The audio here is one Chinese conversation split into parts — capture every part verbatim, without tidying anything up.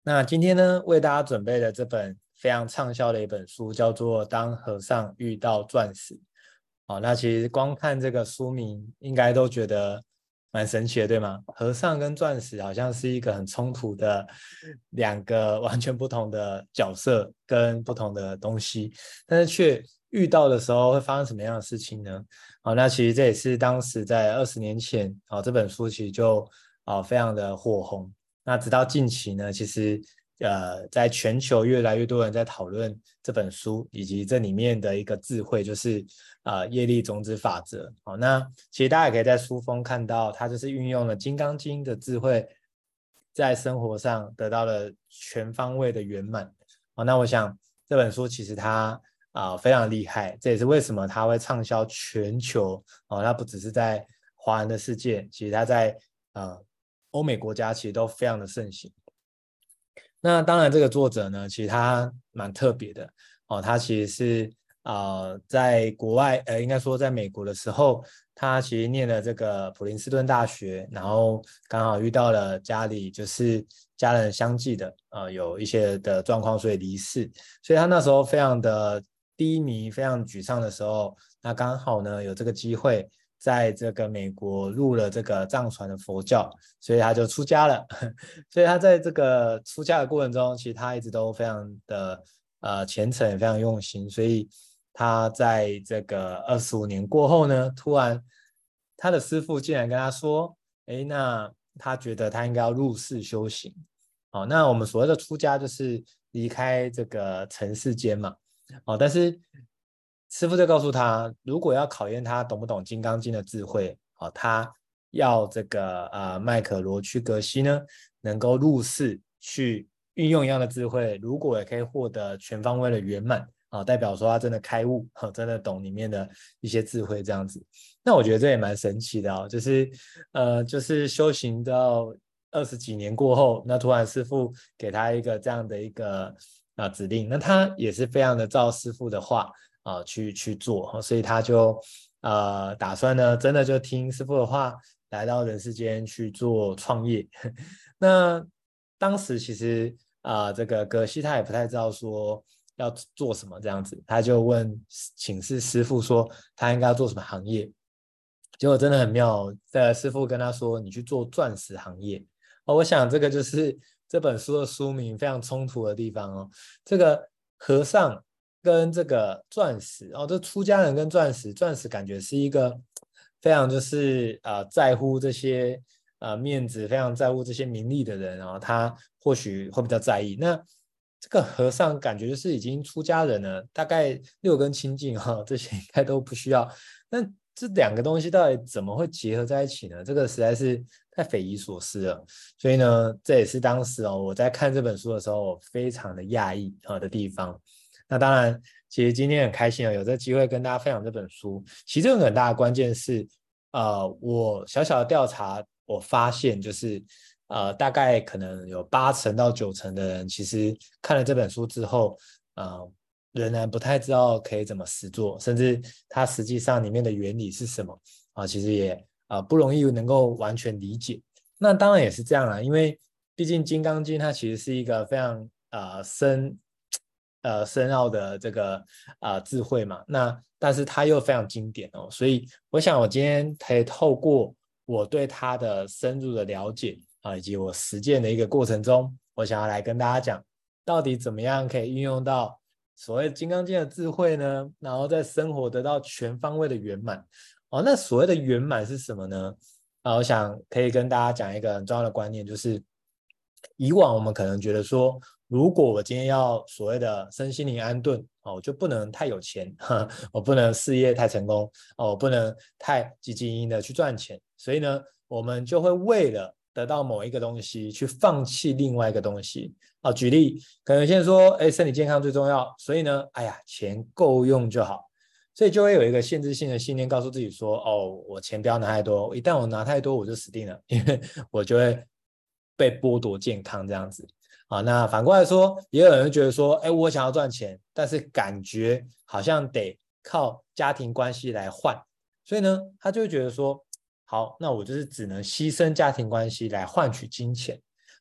那今天呢，为大家准备的这本非常畅销的一本书，叫做《当和尚遇到钻石》。好，那其实光看这个书名，应该都觉得蛮神奇的，对吗？和尚跟钻石好像是一个很冲突的两个完全不同的角色跟不同的东西，但是却遇到的时候会发生什么样的事情呢？好，那其实这也是当时在二十年前，好，这本书其实就啊非常的火红。那直到近期呢，其实呃，在全球越来越多人在讨论这本书以及这里面的一个智慧，就是呃业力种子法则。好，那其实大家也可以在书封看到，它就是运用了《金刚经》的智慧，在生活上得到了全方位的圆满。好，那我想这本书其实它啊、呃非常厉害，这也是为什么它会畅销全球。哦，它不只是在华人的世界，其实它在呃欧美国家其实都非常的盛行。那当然，这个作者呢，其实他蛮特别的哦，他其实是呃在国外，呃，应该说在美国的时候，他其实念了这个普林斯顿大学，然后刚好遇到了家里就是家人相继的呃有一些的状况，所以离世，所以他那时候非常的低迷，非常沮丧的时候，那刚好呢有这个机会。在这个美国入了这个藏传的佛教，所以他就出家了。所以他在这个出家的过程中，其实他一直都非常的呃虔诚，也非常用心。所以他在这个二十五年过后呢，突然他的师父竟然跟他说：“哎，那他觉得他应该要入世修行。”好，那我们所谓的出家就是离开这个尘世间嘛。哦，但是师父就告诉他，如果要考验他懂不懂《金刚经》的智慧，哦，他要这个呃麦克罗区格西呢，能够入世去运用一样的智慧，如果也可以获得全方位的圆满，啊、哦，代表说他真的开悟，哦，真的懂里面的一些智慧这样子。那我觉得这也蛮神奇的哦，就是呃，就是修行到二十几年过后，那突然师父给他一个这样的一个啊、呃、指令，那他也是非常的照师父的话啊、呃、去去做，所以他就呃打算呢，真的就听师父的话，来到人世间去做创业。那当时其实啊、呃，这个葛西他也不太知道说要做什么这样子，他就问请示师父说他应该要做什么行业。结果真的很妙，这师父跟他说：“你去做钻石行业。”哦，我想这个就是这本书的书名非常冲突的地方哦。这个和尚跟这个钻石哦，这出家人跟钻石，钻石感觉是一个非常就是呃在乎这些呃面子，非常在乎这些名利的人啊、哦，他或许会比较在意。那这个和尚感觉就是已经出家人了，大概六根清净哈、哦，这些应该都不需要。那这两个东西到底怎么会结合在一起呢？这个实在是太匪夷所思了。所以呢，这也是当时哦我在看这本书的时候非常的讶异啊的地方。那当然，其实今天很开心啊，有这个机会跟大家分享这本书。其中一个很大的关键是，呃，我小小的调查，我发现就是呃，大概可能有八成到九成的人，其实看了这本书之后，呃，仍然不太知道可以怎么实做，甚至它实际上里面的原理是什么啊，其实也啊不容易能够完全理解。那当然也是这样啦，因为毕竟《金刚经》它其实是一个非常呃深呃深奥的这个呃智慧嘛，那但是它又非常经典哦，所以我想我今天可以透过我对它的深入的了解啊，以及我实践的一个过程中，我想要来跟大家讲，到底怎么样可以运用到所谓《金刚经》的智慧呢？然后在生活得到全方位的圆满。哦，那所谓的圆满是什么呢？啊，我想可以跟大家讲一个很重要的观念，就是以往我们可能觉得说，如果我今天要所谓的身心灵安顿，哦，我就不能太有钱，呵我不能事业太成功，哦，我不能太积极营营的去赚钱，所以呢，我们就会为了得到某一个东西，去放弃另外一个东西。啊，举例，可能有些人说，哎，身体健康最重要，所以呢，哎呀，钱够用就好。所以就会有一个限制性的信念，告诉自己说：“哦，我钱不要拿太多，一旦我拿太多，我就死定了，因为我就会被剥夺健康这样子。”啊，那反过来说，也有人觉得说：“哎，我想要赚钱，但是感觉好像得靠家庭关系来换，所以呢，他就会觉得说：好，那我就是只能牺牲家庭关系来换取金钱。”哦，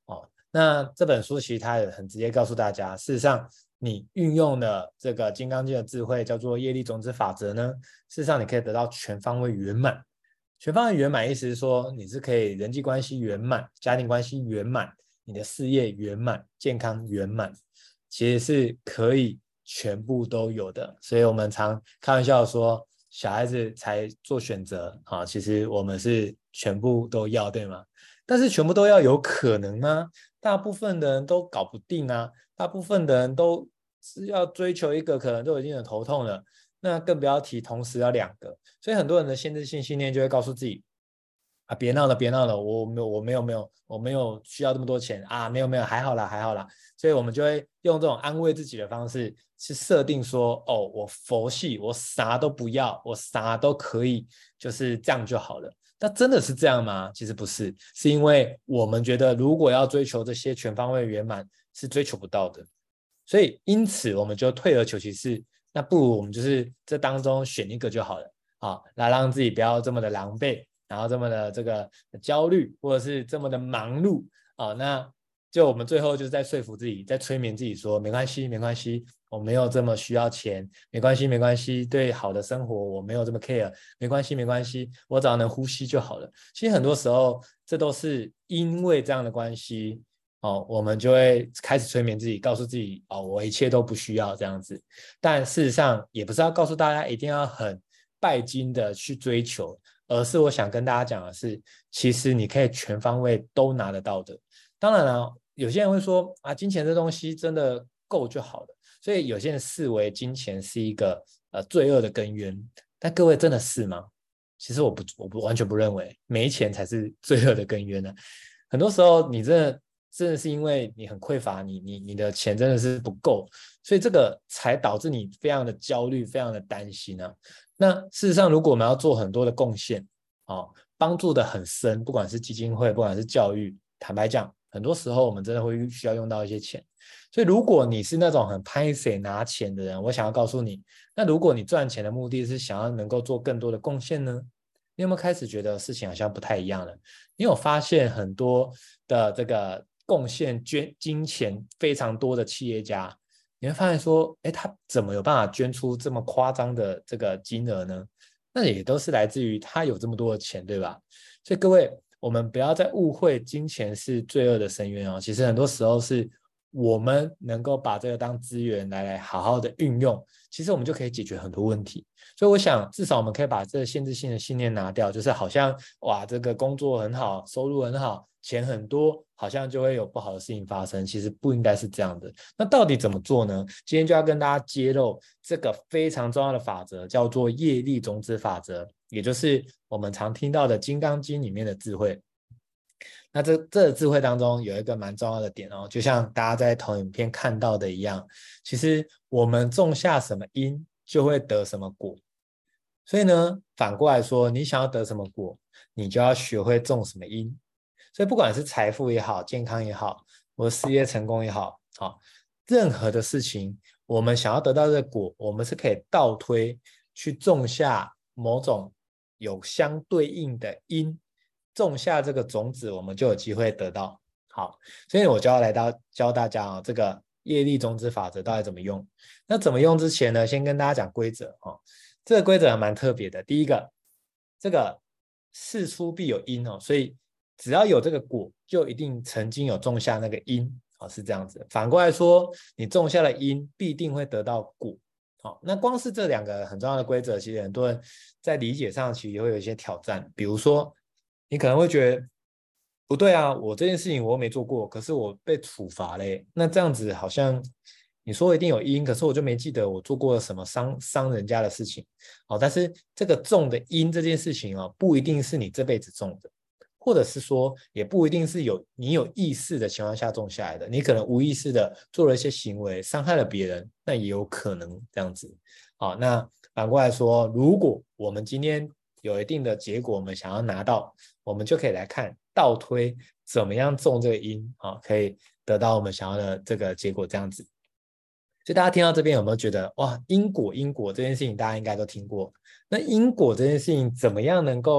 那这本书其实它也很直接告诉大家，事实上你运用了这个金刚经的智慧叫做业力种子法则呢，事实上你可以得到全方位圆满。全方位圆满意思是说你是可以人际关系圆满，家庭关系圆满，你的事业圆满，健康圆满，其实是可以全部都有的。所以我们常开玩笑说小孩子才做选择啊，其实我们是全部都要，对吗？但是全部都要有可能吗？大部分的人都搞不定啊，大部分的人都是要追求一个可能都已经很头痛了，那更不要提同时要两个。所以很多人的限制性信念就会告诉自己啊，别闹了别闹了，我没有我没有没有我没有需要这么多钱啊，没有没有还好啦还好啦。所以我们就会用这种安慰自己的方式去设定说，哦，我佛系，我啥都不要，我啥都可以，就是这样就好了。那真的是这样吗？其实不是，是因为我们觉得如果要追求这些全方位圆满是追求不到的，所以因此我们就退而求其次，那不如我们就是这当中选一个就好了啊，来让自己不要这么的狼狈，然后这么的这个焦虑，或者是这么的忙碌啊，那就我们最后就是在说服自己，在催眠自己说没关系没关系，我没有这么需要钱，没关系没关系，对好的生活我没有这么 care， 没关系没关系，我只要能呼吸就好了。其实很多时候这都是因为这样的关系哦，我们就会开始催眠自己，告诉自己哦，我一切都不需要这样子。但事实上也不是要告诉大家一定要很拜金的去追求，而是我想跟大家讲的是，其实你可以全方位都拿得到的。当然了，有些人会说啊，金钱这东西真的够就好了，所以有些人视为金钱是一个呃罪恶的根源。但各位真的是吗？其实我不，我不完全不认为没钱才是罪恶的根源呢、啊。很多时候你真的真的是因为你很匮乏，你你你的钱真的是不够，所以这个才导致你非常的焦虑，非常的担心啊。那事实上，如果我们要做很多的贡献，哦，帮助的很深，不管是基金会，不管是教育，坦白讲，很多时候我们真的会需要用到一些钱。所以如果你是那种很拍谁拿钱的人，我想要告诉你，那如果你赚钱的目的是想要能够做更多的贡献呢？你有没有开始觉得事情好像不太一样了？你有发现很多的这个贡献捐金钱非常多的企业家，你会发现说，哎，他怎么有办法捐出这么夸张的这个金额呢？那也都是来自于他有这么多的钱，对吧？所以各位，我们不要再误会金钱是罪恶的深渊哦。其实很多时候是我们能够把这个当资源来来好好的运用，其实我们就可以解决很多问题。所以我想，至少我们可以把这个限制性的信念拿掉，就是好像哇，这个工作很好，收入很好，钱很多，好像就会有不好的事情发生。其实不应该是这样的。那到底怎么做呢？今天就要跟大家揭露这个非常重要的法则，叫做业力种子法则，也就是我们常听到的《金刚经》里面的智慧。那这这个智慧当中有一个蛮重要的点哦，就像大家在投影片看到的一样，其实我们种下什么因，就会得什么果。所以呢，反过来说，你想要得什么果，你就要学会种什么因。所以不管是财富也好，健康也好，或事业成功也好，好，任何的事情，我们想要得到这个果，我们是可以倒推去种下某种有相对应的因，种下这个种子，我们就有机会得到。好，所以我就要来到教大家啊、哦，这个业力种子法则到底怎么用。那怎么用之前呢，先跟大家讲规则哦。这个规则还蛮特别的。第一个，这个事出必有因哦，所以只要有这个果，就一定曾经有种下那个因哦，是这样子。反过来说，你种下了因，必定会得到果。好，那光是这两个很重要的规则，其实很多人在理解上其实会有一些挑战。比如说，你可能会觉得不对啊，我这件事情我又没做过，可是我被处罚嘞，那这样子好像你说一定有因，可是我就没记得我做过了什么伤伤人家的事情。哦，但是这个种的因这件事情哦，不一定是你这辈子种的，或者是说也不一定是有你有意识的情况下种下来的，你可能无意识的做了一些行为，伤害了别人，那也有可能这样子。好，那反过来说，如果我们今天有一定的结果，我们想要拿到，我们就可以来看倒推怎么样种这个因啊，可以得到我们想要的这个结果，这样子。所以大家听到这边有没有觉得哇，因果因果这件事情大家应该都听过？那因果这件事情怎么样能够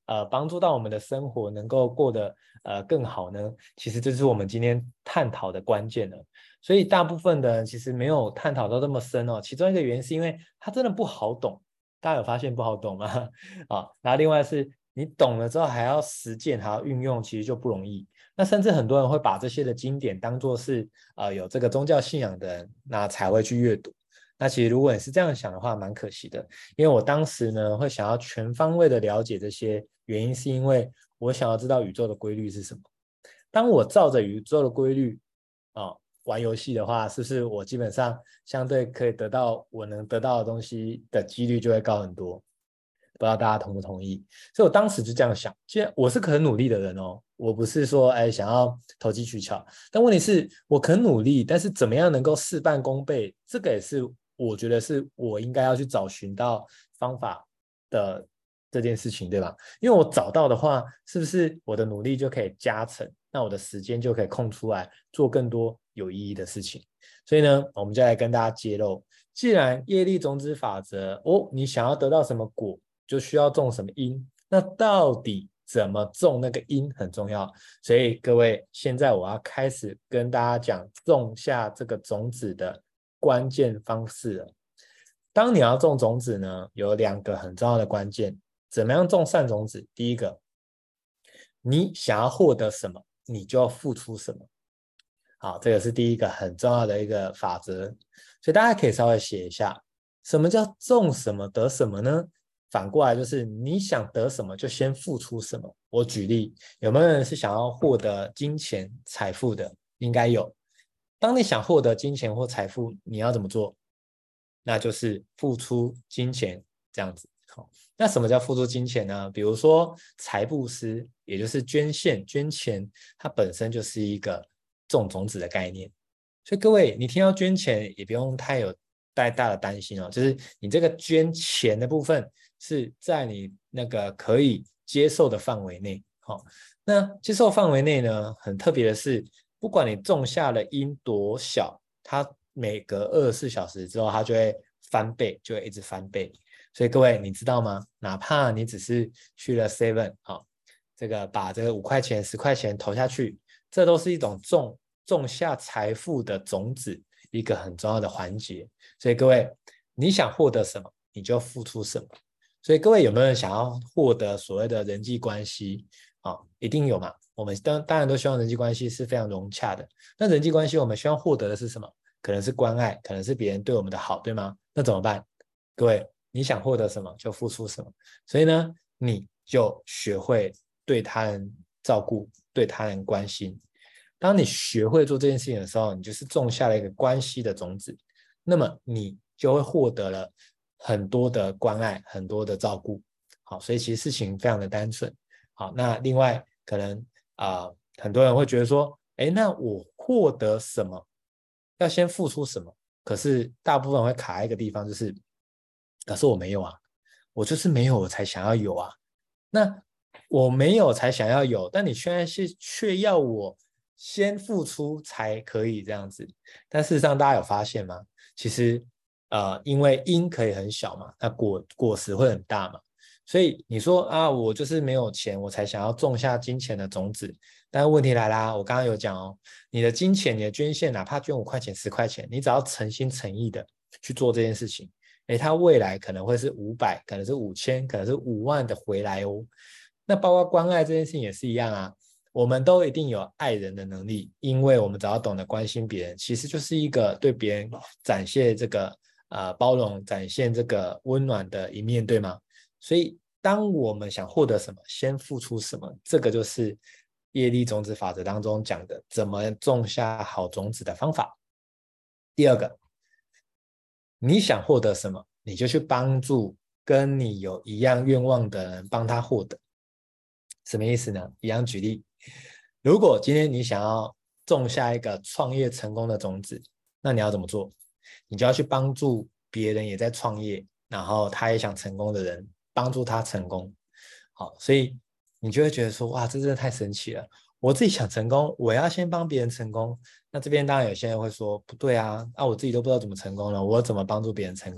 呃帮助到我们的生活能够过得呃更好呢？其实这是我们今天探讨的关键了。所以大部分的人其实没有探讨到这么深哦，其中一个原因是因为它真的不好懂。大家有发现不好懂吗？啊，然后另外是你懂了之后还要实践，还要运用，其实就不容易。那甚至很多人会把这些的经典当作是呃有这个宗教信仰的人，那才会去阅读。那其实如果你是这样想的话，蛮可惜的。因为我当时呢会想要全方位的了解这些，原因是因为我想要知道宇宙的规律是什么。当我照着宇宙的规律啊、哦、玩游戏的话，是不是我基本上相对可以得到我能得到的东西的几率就会高很多？不知道大家同不同意？所以我当时就这样想，既然我是可努力的人哦，我不是说哎想要投机取巧，但问题是我可努力，但是怎么样能够事半功倍，这个也是我觉得是我应该要去找寻到方法的这件事情，对吧？因为我找到的话，是不是我的努力就可以加成，那我的时间就可以空出来做更多有意义的事情？所以呢，我们就来跟大家揭露，既然业力种子法则哦，你想要得到什么果，就需要种什么因，那到底怎么种那个因很重要。所以各位，现在我要开始跟大家讲种下这个种子的关键方式了。当你要种种子呢，有两个很重要的关键。怎么样种善种子？第一个，你想要获得什么，你就要付出什么。好，这个是第一个很重要的一个法则，所以大家可以稍微写一下，什么叫种什么得什么呢？反过来就是你想得什么就先付出什么。我举例，有没有人是想要获得金钱财富的？应该有。当你想获得金钱或财富，你要怎么做？那就是付出金钱这样子。好，那什么叫付出金钱呢？比如说财布施，也就是捐献、捐钱，它本身就是一个种种子的概念。所以各位，你听到捐钱也不用太有太大的担心哦，就是你这个捐钱的部分是在你那个可以接受的范围内。好，那接受范围内呢，很特别的是，不管你种下的因多小，它每隔二十四小时之后，它就会翻倍，就会一直翻倍。所以各位，你知道吗？哪怕你只是去了 seven 啊，这个把这个五块钱、十块钱投下去，这都是一种种种下财富的种子，一个很重要的环节。所以各位，你想获得什么，你就付出什么。所以各位有没有人想要获得所谓的人际关系？啊，一定有嘛。我们当当然都希望人际关系是非常融洽的。那人际关系我们希望获得的是什么？可能是关爱，可能是别人对我们的好，对吗？那怎么办？各位，你想获得什么就付出什么。所以呢，你就学会对他人照顾，对他人关心。当你学会做这件事情的时候，你就是种下了一个关系的种子，那么你就会获得了很多的关爱，很多的照顾。好，所以其实事情非常的单纯。好，那另外可能啊、呃，很多人会觉得说，哎，那我获得什么，要先付出什么？可是大部分会卡在一个地方，就是可是我没有啊，我就是没有，我才想要有啊。那我没有才想要有，但你现在是却要我先付出才可以这样子。但事实上，大家有发现吗？其实呃，因为因可以很小嘛，那果果实会很大嘛。所以你说啊，我就是没有钱，我才想要种下金钱的种子。但是问题来啦，我刚刚有讲哦，你的金钱、你的捐献，哪怕捐五块钱、十块钱，你只要诚心诚意的去做这件事情，诶，它未来可能会是五百，可能是五千，可能是五万的回来哦。那包括关爱这件事情也是一样啊，我们都一定有爱人的能力，因为我们只要懂得关心别人，其实就是一个对别人展现这个呃包容、展现这个温暖的一面，对吗？所以当我们想获得什么，先付出什么，这个就是业力种子法则当中讲的怎么种下好种子的方法。第二个，你想获得什么，你就去帮助跟你有一样愿望的人，帮他获得。什么意思呢？一样举例，如果今天你想要种下一个创业成功的种子，那你要怎么做？你就要去帮助别人也在创业，然后他也想成功的人，帮助他成功。好，所以你就会觉得说，哇，这真的太神奇了。我自己想成功，我要先帮别人成功。那这边当然有些人会说，不对啊，啊，我自己都不知道怎么成功了，我怎么帮助别人成功？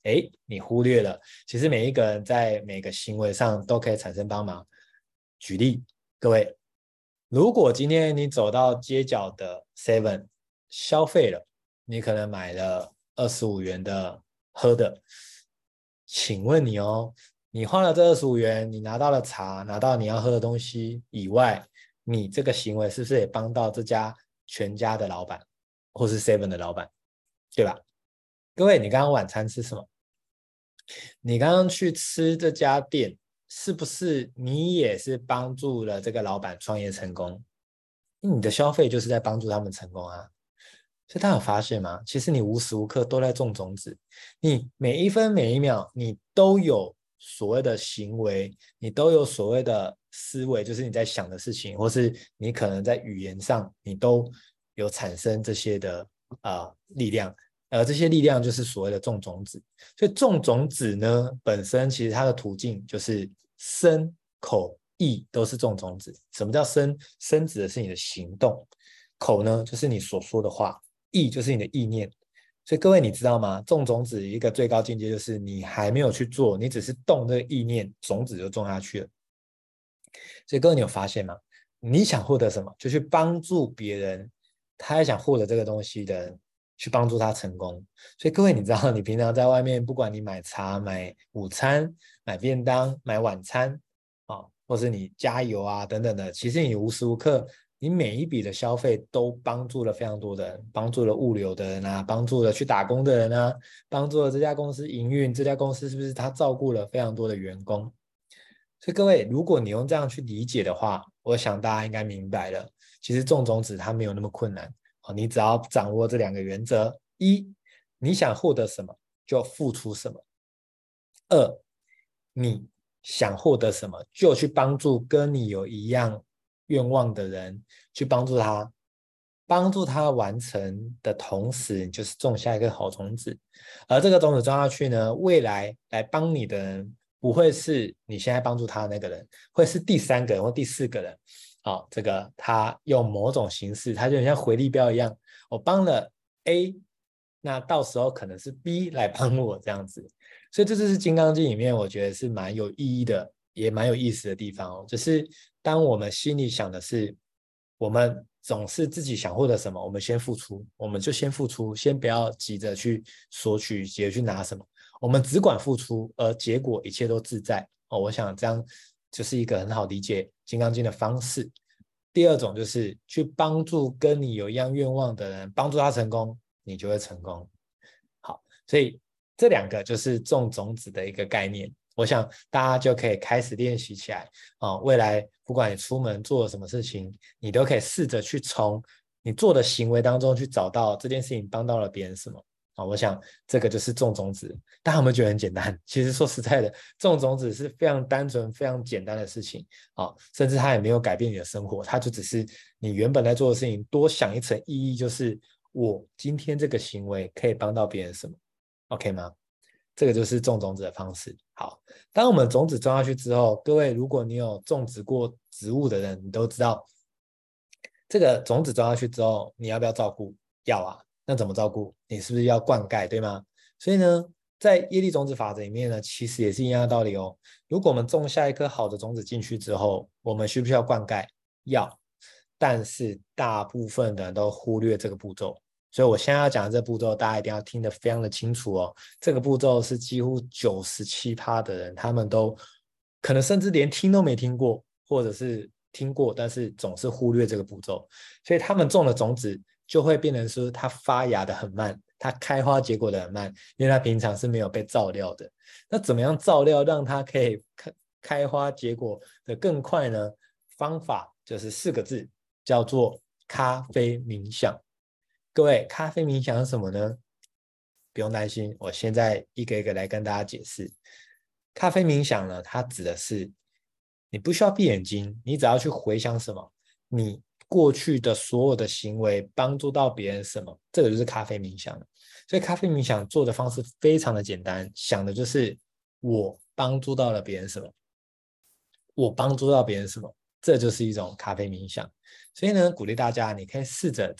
哎，你忽略了，其实每一个人在每个行为上都可以产生帮忙。举例，各位，如果今天你走到街角的 seven 消费了，你可能买了二十五元的喝的，请问你哦，你花了这二十五元，你拿到了茶，拿到你要喝的东西以外，你这个行为是不是也帮到这家全家的老板，或是 seven 的老板，对吧？各位，你刚刚晚餐吃什么？你刚刚去吃这家店，是不是你也是帮助了这个老板创业成功？你的消费就是在帮助他们成功啊。所以他有发现吗？其实你无时无刻都在种种子，你每一分每一秒你都有所谓的行为，你都有所谓的思维，就是你在想的事情，或是你可能在语言上你都有产生这些的呃力量，而这些力量就是所谓的种种子。所以种种子呢本身其实它的途径就是身口意都是种种子。什么叫身？身指的是你的行动，口呢就是你所说的话，意就是你的意念。所以各位你知道吗？种种子一个最高境界就是你还没有去做，你只是动这个意念，种子就种下去了。所以各位你有发现吗？你想获得什么，就去帮助别人，他也想获得这个东西的人，去帮助他成功。所以各位你知道，你平常在外面，不管你买茶、买午餐、买便当、买晚餐啊，或是你加油啊等等的，其实你无时无刻，你每一笔的消费都帮助了非常多的人，帮助了物流的人啊，帮助了去打工的人啊，帮助了这家公司营运，这家公司是不是他照顾了非常多的员工？所以各位，如果你用这样去理解的话，我想大家应该明白了，其实种种子它没有那么困难。哦，你只要掌握这两个原则：一，你想获得什么就付出什么；二，你想获得什么就去帮助跟你有一样愿望的人，去帮助他，帮助他完成的同时，你就是种下一个好种子。而这个种子种下去呢，未来来帮你的人不会是你现在帮助他的那个人，会是第三个人或第四个人。好，这个他用某种形式，他就很像回力镖一样，我帮了 A，那到时候可能是 B 来帮我这样子。所以这就是《金刚经》里面我觉得是蛮有意义的，也蛮有意思的地方哦。就是当我们心里想的是，我们总是自己想获得什么，我们先付出，我们就先付出，先不要急着去索取，急着去拿什么，我们只管付出，而结果一切都自在哦。我想这样就是一个很好理解《金刚经》的方式。第二种就是去帮助跟你有一样愿望的人，帮助他成功，你就会成功。好，所以这两个就是种种子的一个概念，我想大家就可以开始练习起来啊、哦。未来不管你出门做了什么事情，你都可以试着去从你做的行为当中去找到这件事情帮到了别人什么啊、哦。我想这个就是种种子。大家有没有觉得很简单？其实说实在的，种种子是非常单纯、非常简单的事情啊、哦，甚至它也没有改变你的生活，它就只是你原本在做的事情多想一层意义，就是我今天这个行为可以帮到别人什么。OK 吗？这个就是种种子的方式。好，当我们种子种下去之后，各位，如果你有种植过植物的人，你都知道，这个种子种下去之后，你要不要照顾？要啊。那怎么照顾？你是不是要灌溉，对吗？所以呢，在业力种子法则里面呢，其实也是一样的道理哦。如果我们种下一颗好的种子进去之后，我们需不需要灌溉？要。但是大部分的人都忽略这个步骤。所以我现在要讲的这步骤，大家一定要听得非常的清楚哦。这个步骤是几乎九十七趴的人，他们都可能甚至连听都没听过，或者是听过，但是总是忽略这个步骤。所以他们种的种子就会变成说，它发芽的很慢，它开花结果的很慢，因为它平常是没有被照料的。那怎么样照料让它可以开开花结果的更快呢？方法就是四个字，叫做咖啡冥想。各位，咖啡冥想是什么呢？不用担心，我现在一个一个来跟大家解释。咖啡冥想呢，它指的是你不需要闭眼睛，你只要去回想什么，你过去的所有的行为帮助到别人什么，这个就是咖啡冥想了。所以咖啡冥想做的方式非常的简单，想的就是我帮助到了别人什么，我帮助到别人什么，这就是一种咖啡冥想。所以呢，鼓励大家，你可以试着在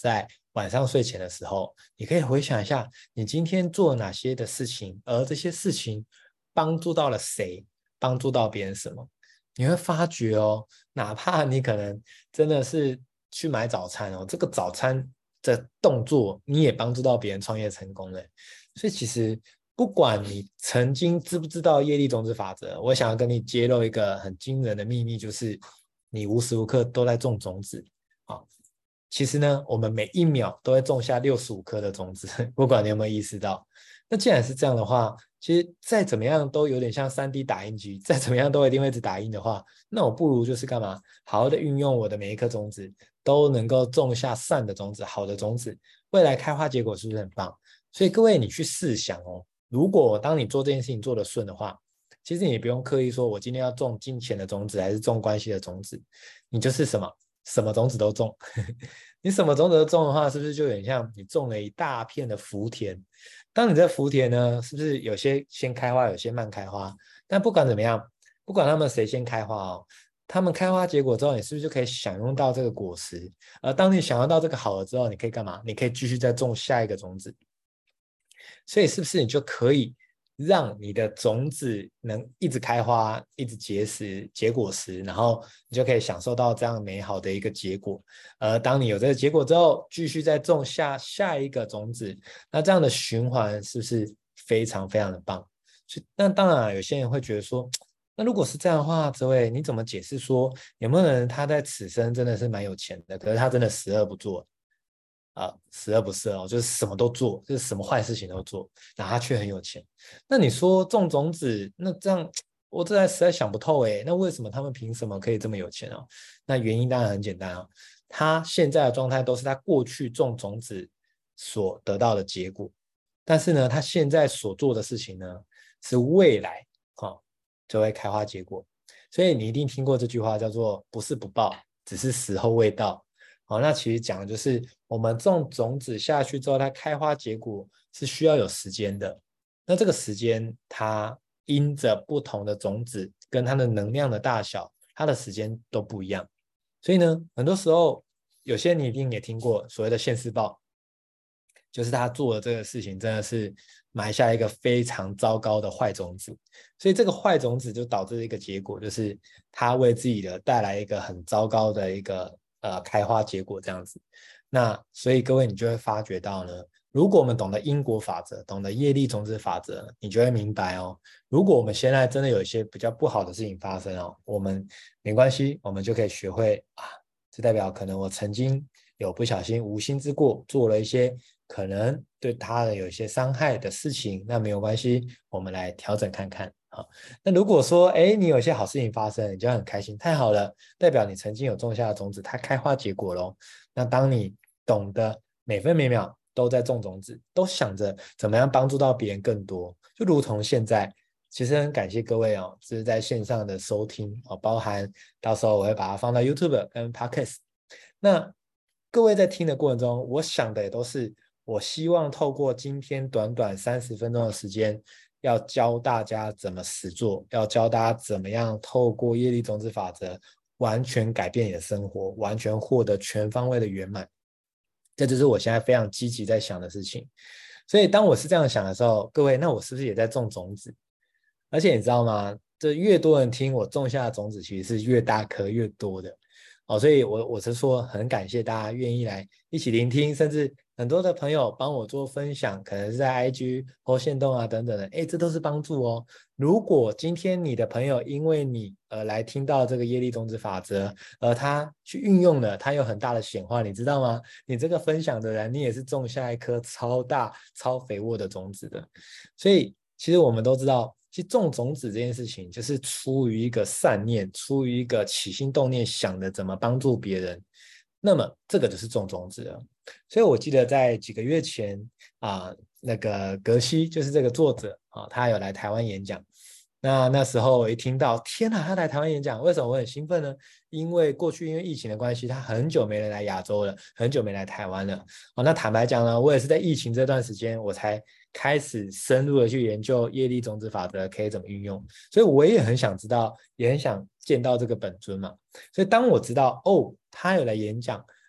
晚上睡前的时候，你可以回想一下你今天做哪些的事情，而这些事情帮助到了谁，帮助到别人什么。你会发觉哦，哪怕你可能真的是去买早餐哦，这个早餐的动作你也帮助到别人创业成功了。所以其实不管你曾经知不知道业力种子法则，我想要跟你揭露一个很惊人的秘密，就是你无时无刻都在种种子啊。其实呢，我们每一秒都会种下六十五颗的种子，不管你有没有意识到。那既然是这样的话，其实再怎么样都有点像 三 D 打印机，再怎么样都一定会一直打印的话，那我不如就是干嘛，好好的运用我的每一颗种子，都能够种下善的种子，好的种子，未来开花结果是不是很棒？所以各位，你去试想哦，如果当你做这件事情做得顺的话，其实你不用刻意说我今天要种金钱的种子还是种关系的种子，你就是什么什么种子都种。你什么种子都种的话，是不是就有点像你种了一大片的福田？当你在福田呢，是不是有些先开花，有些慢开花？但不管怎么样，不管他们谁先开花哦，他们开花结果之后，你是不是就可以享用到这个果实？而当你享用到这个好了之后，你可以干嘛？你可以继续再种下一个种子。所以是不是你就可以让你的种子能一直开花，一直结实、结果实，然后你就可以享受到这样美好的一个结果。而当你有这个结果之后，继续再种下下一个种子，那这样的循环是不是非常非常的棒？所以，那当然有些人会觉得说，那如果是这样的话，这位你怎么解释说有没有人他在此生真的是蛮有钱的，可是他真的十恶不作？啊，十恶不赦哦，就是什么都做，就是什么坏事情都做，然后他却很有钱。那你说种种子，那这样我这在实在想不透诶，那为什么他们凭什么可以这么有钱哦？那原因当然很简单哦，他现在的状态都是他过去种种子所得到的结果，但是呢，他现在所做的事情呢，是未来哦就会开花结果。所以你一定听过这句话，叫做“不是不报，只是时候未到”。好，那其实讲的就是我们种种子下去之后，它开花结果是需要有时间的。那这个时间，它因着不同的种子跟它的能量的大小，它的时间都不一样。所以呢，很多时候有些你一定也听过所谓的现世报，就是他做的这个事情真的是埋下一个非常糟糕的坏种子，所以这个坏种子就导致一个结果，就是他为自己的带来一个很糟糕的一个呃开花结果这样子。那所以各位你就会发觉到呢，如果我们懂得因果法则，懂得业力种子法则，你就会明白哦，如果我们现在真的有一些比较不好的事情发生哦，我们没关系，我们就可以学会啊，这代表可能我曾经有不小心无心之过，做了一些可能对他人有一些伤害的事情，那没有关系，我们来调整看看啊。那如果说，哎，你有一些好事情发生，你就很开心，太好了，代表你曾经有种下的种子，它开花结果咯。那当你懂得每分每秒都在种种子，都想着怎么样帮助到别人更多，就如同现在。其实很感谢各位哦，是在线上的收听哦，包含到时候我会把它放到 YouTube 跟 Podcast。那各位在听的过程中，我想的也都是，我希望透过今天短短三十分钟的时间，要教大家怎么实做，要教大家怎么样透过业力种子法则，完全改变你的生活，完全获得全方位的圆满。这就是我现在非常积极在想的事情。所以当我是这样想的时候，各位，那我是不是也在种种子？而且你知道吗？这越多人听我种下的种子，其实是越大颗越多的。哦，所以我我是说很感谢大家愿意来一起聆听，甚至很多的朋友帮我做分享，可能是在 I G 或限动啊等等的，哎，这都是帮助哦。如果今天你的朋友因为你而来听到这个业力种子法则，而他去运用了，他有很大的显化，你知道吗？你这个分享的人，你也是种下一颗超大、超肥沃的种子的。所以其实我们都知道。其实种种子这件事情，就是出于一个善念，出于一个起心动念，想着怎么帮助别人，那么这个就是种种子了。所以我记得在几个月前啊，那个格西就是这个作者啊，他有来台湾演讲。那那时候我一听到，天哪，他来台湾演讲，为什么我很兴奋呢？因为过去因为疫情的关系，他很久没人来亚洲了，很久没来台湾了。哦，那坦白讲呢，我也是在疫情这段时间，我才开始深入的去研究业力种子法则可以怎么运用，所以我也很想知道，也很想见到这个本尊嘛。所以当我知道哦，他有来演讲，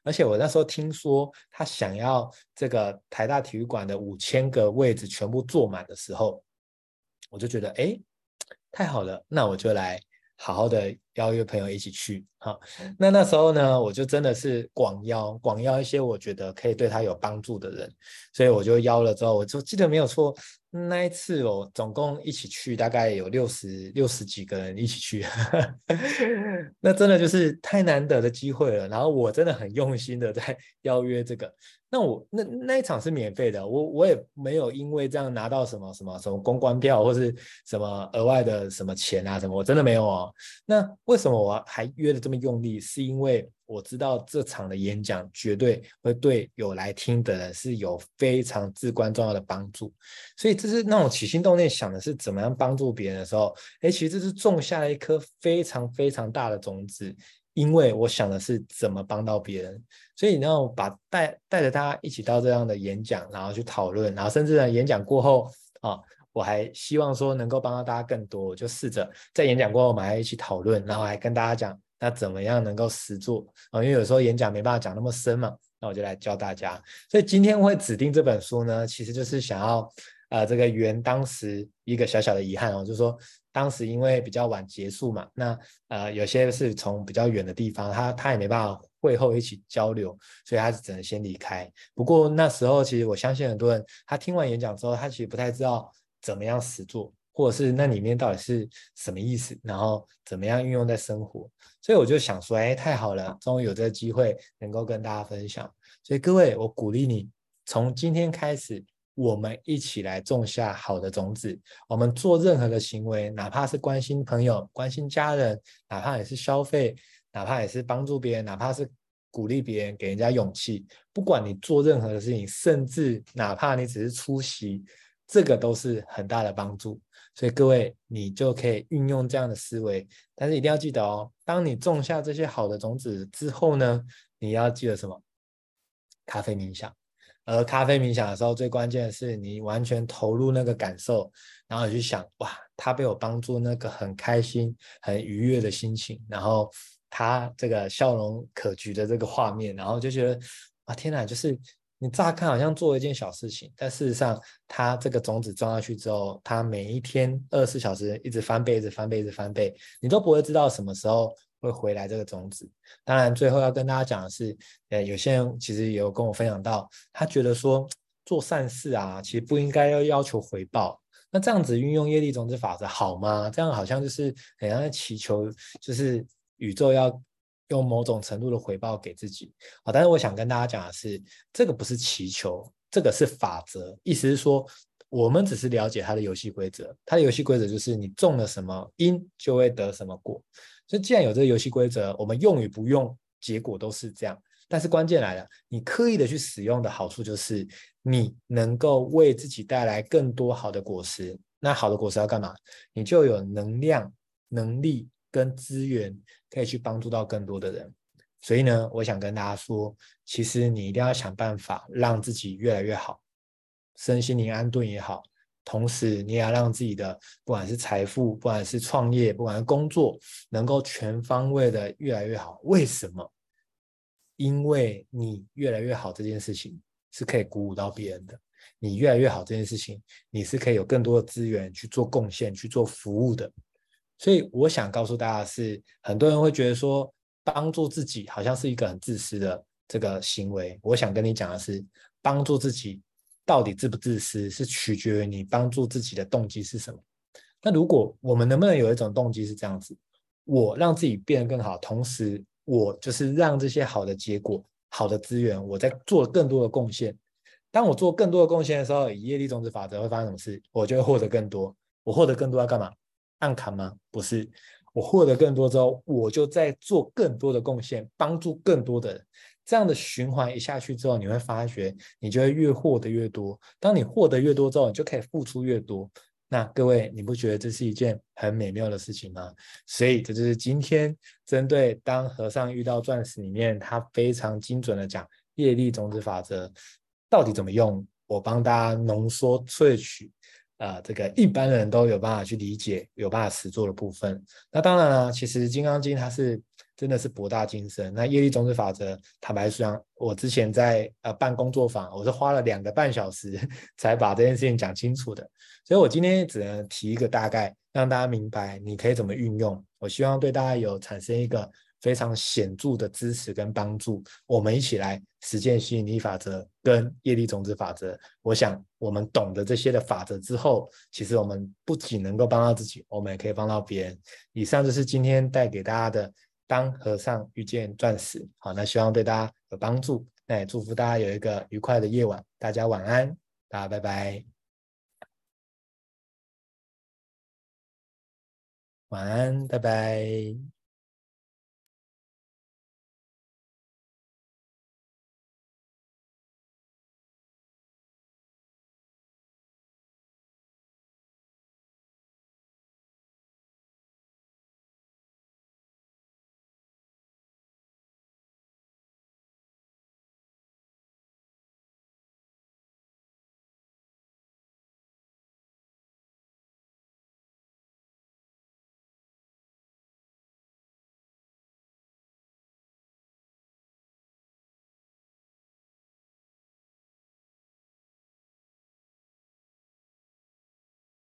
而且我那时候听说他想要这个台大体育馆的五千个位置全部坐满的时候，我就觉得哎，太好了，那我就来好好的邀约朋友一起去。好，那那时候呢，我就真的是广邀广邀一些我觉得可以对他有帮助的人，所以我就邀了之后，我就记得没有错，那一次我总共一起去大概有六十六十几个人一起去那真的就是太难得的机会了，然后我真的很用心的在邀约这个，那我那那一场是免费的，我我也没有因为这样拿到什么什么什么公关票或是什么额外的什么钱啊什么，我真的没有哦。那为什么我还约的这么用力？是因为我知道这场的演讲绝对会对有来听的人是有非常至关重要的帮助，所以这是那种起心动念想的是怎么样帮助别人的时候，哎，其实这是种下了一颗非常非常大的种子，因为我想的是怎么帮到别人，所以然后把带带着大家一起到这样的演讲，然后去讨论，然后甚至呢演讲过后啊，我还希望说能够帮到大家更多，我就试着在演讲过后我们还一起讨论，然后还跟大家讲那怎么样能够实做啊，因为有时候演讲没办法讲那么深嘛，那我就来教大家。所以今天会指定这本书呢，其实就是想要呃这个圆当时一个小小的遗憾哦，就是说当时因为比较晚结束嘛，那呃有些是从比较远的地方，他他也没办法会后一起交流，所以他只能先离开。不过那时候其实我相信很多人，他听完演讲之后，他其实不太知道怎么样实做，或者是那里面到底是什么意思，然后怎么样运用在生活。所以我就想说，哎，太好了，终于有这个机会能够跟大家分享。所以各位，我鼓励你，从今天开始，我们一起来种下好的种子。我们做任何的行为，哪怕是关心朋友、关心家人，哪怕也是消费，哪怕也是帮助别人，哪怕是鼓励别人，给人家勇气。不管你做任何的事情，甚至哪怕你只是出席，这个都是很大的帮助。所以各位，你就可以运用这样的思维，但是一定要记得哦，当你种下这些好的种子之后呢，你要记得什么？咖啡冥想。而咖啡冥想的时候，最关键的是你完全投入那个感受，然后你去想，哇，他被我帮助那个很开心、很愉悦的心情，然后他这个笑容可掬的这个画面，然后就觉得，啊，天哪，就是你乍看好像做了一件小事情，但事实上，它这个种子装下去之后，它每一天二十四小时一直翻倍，一直翻倍，一直翻倍，你都不会知道什么时候会回来这个种子。当然，最后要跟大家讲的是，呃，有些人其实也有跟我分享到，他觉得说做善事啊，其实不应该要要求回报。那这样子运用业力种子法则好吗？这样好像就是很像在祈求，就是宇宙要用某种程度的回报给自己啊。但是我想跟大家讲的是，这个不是祈求，这个是法则。意思是说，我们只是了解它的游戏规则，它的游戏规则就是你种了什么因，就会得什么果。所以既然有这个游戏规则，我们用与不用，结果都是这样。但是关键来了，你刻意的去使用的好处就是你能够为自己带来更多好的果实。那好的果实要干嘛？你就有能量、能力跟资源可以去帮助到更多的人。所以呢，我想跟大家说，其实你一定要想办法让自己越来越好，身心灵安顿也好，同时你也要让自己的不管是财富，不管是创业，不管是工作，能够全方位的越来越好。为什么？因为你越来越好这件事情是可以鼓舞到别人的，你越来越好这件事情，你是可以有更多的资源去做贡献、去做服务的。所以我想告诉大家的是，很多人会觉得说，帮助自己好像是一个很自私的这个行为。我想跟你讲的是，帮助自己到底自不自私，是取决于你帮助自己的动机是什么。那如果我们能不能有一种动机是这样子，我让自己变得更好，同时我就是让这些好的结果、好的资源，我在做更多的贡献。当我做更多的贡献的时候，以业力种子法则会发生什么事？我就会获得更多。我获得更多要干嘛？按砍吗？不是。我获得更多之后，我就在做更多的贡献，帮助更多的人。这样的循环一下去之后，你会发觉你就会越获得越多。当你获得越多之后，你就可以付出越多。那各位，你不觉得这是一件很美妙的事情吗？所以这就是今天针对当和尚遇到钻石里面，他非常精准的讲业力种子法则到底怎么用，我帮大家浓缩萃取，呃，这个一般人都有办法去理解、有办法实做的部分。那当然了，其实《金刚经》它是真的是博大精深。那业力种子法则，坦白说，我之前在呃办工作坊，我是花了两个半小时才把这件事情讲清楚的。所以我今天只能提一个大概，让大家明白你可以怎么运用。我希望对大家有产生一个非常显著的支持跟帮助。我们一起来实践吸引力法则跟业力种子法则。我想我们懂得这些的法则之后，其实我们不仅能够帮到自己，我们也可以帮到别人。以上就是今天带给大家的当和尚遇见钻石。好，那希望对大家有帮助。那也祝福大家有一个愉快的夜晚，大家晚安，大家拜拜。晚安，拜拜。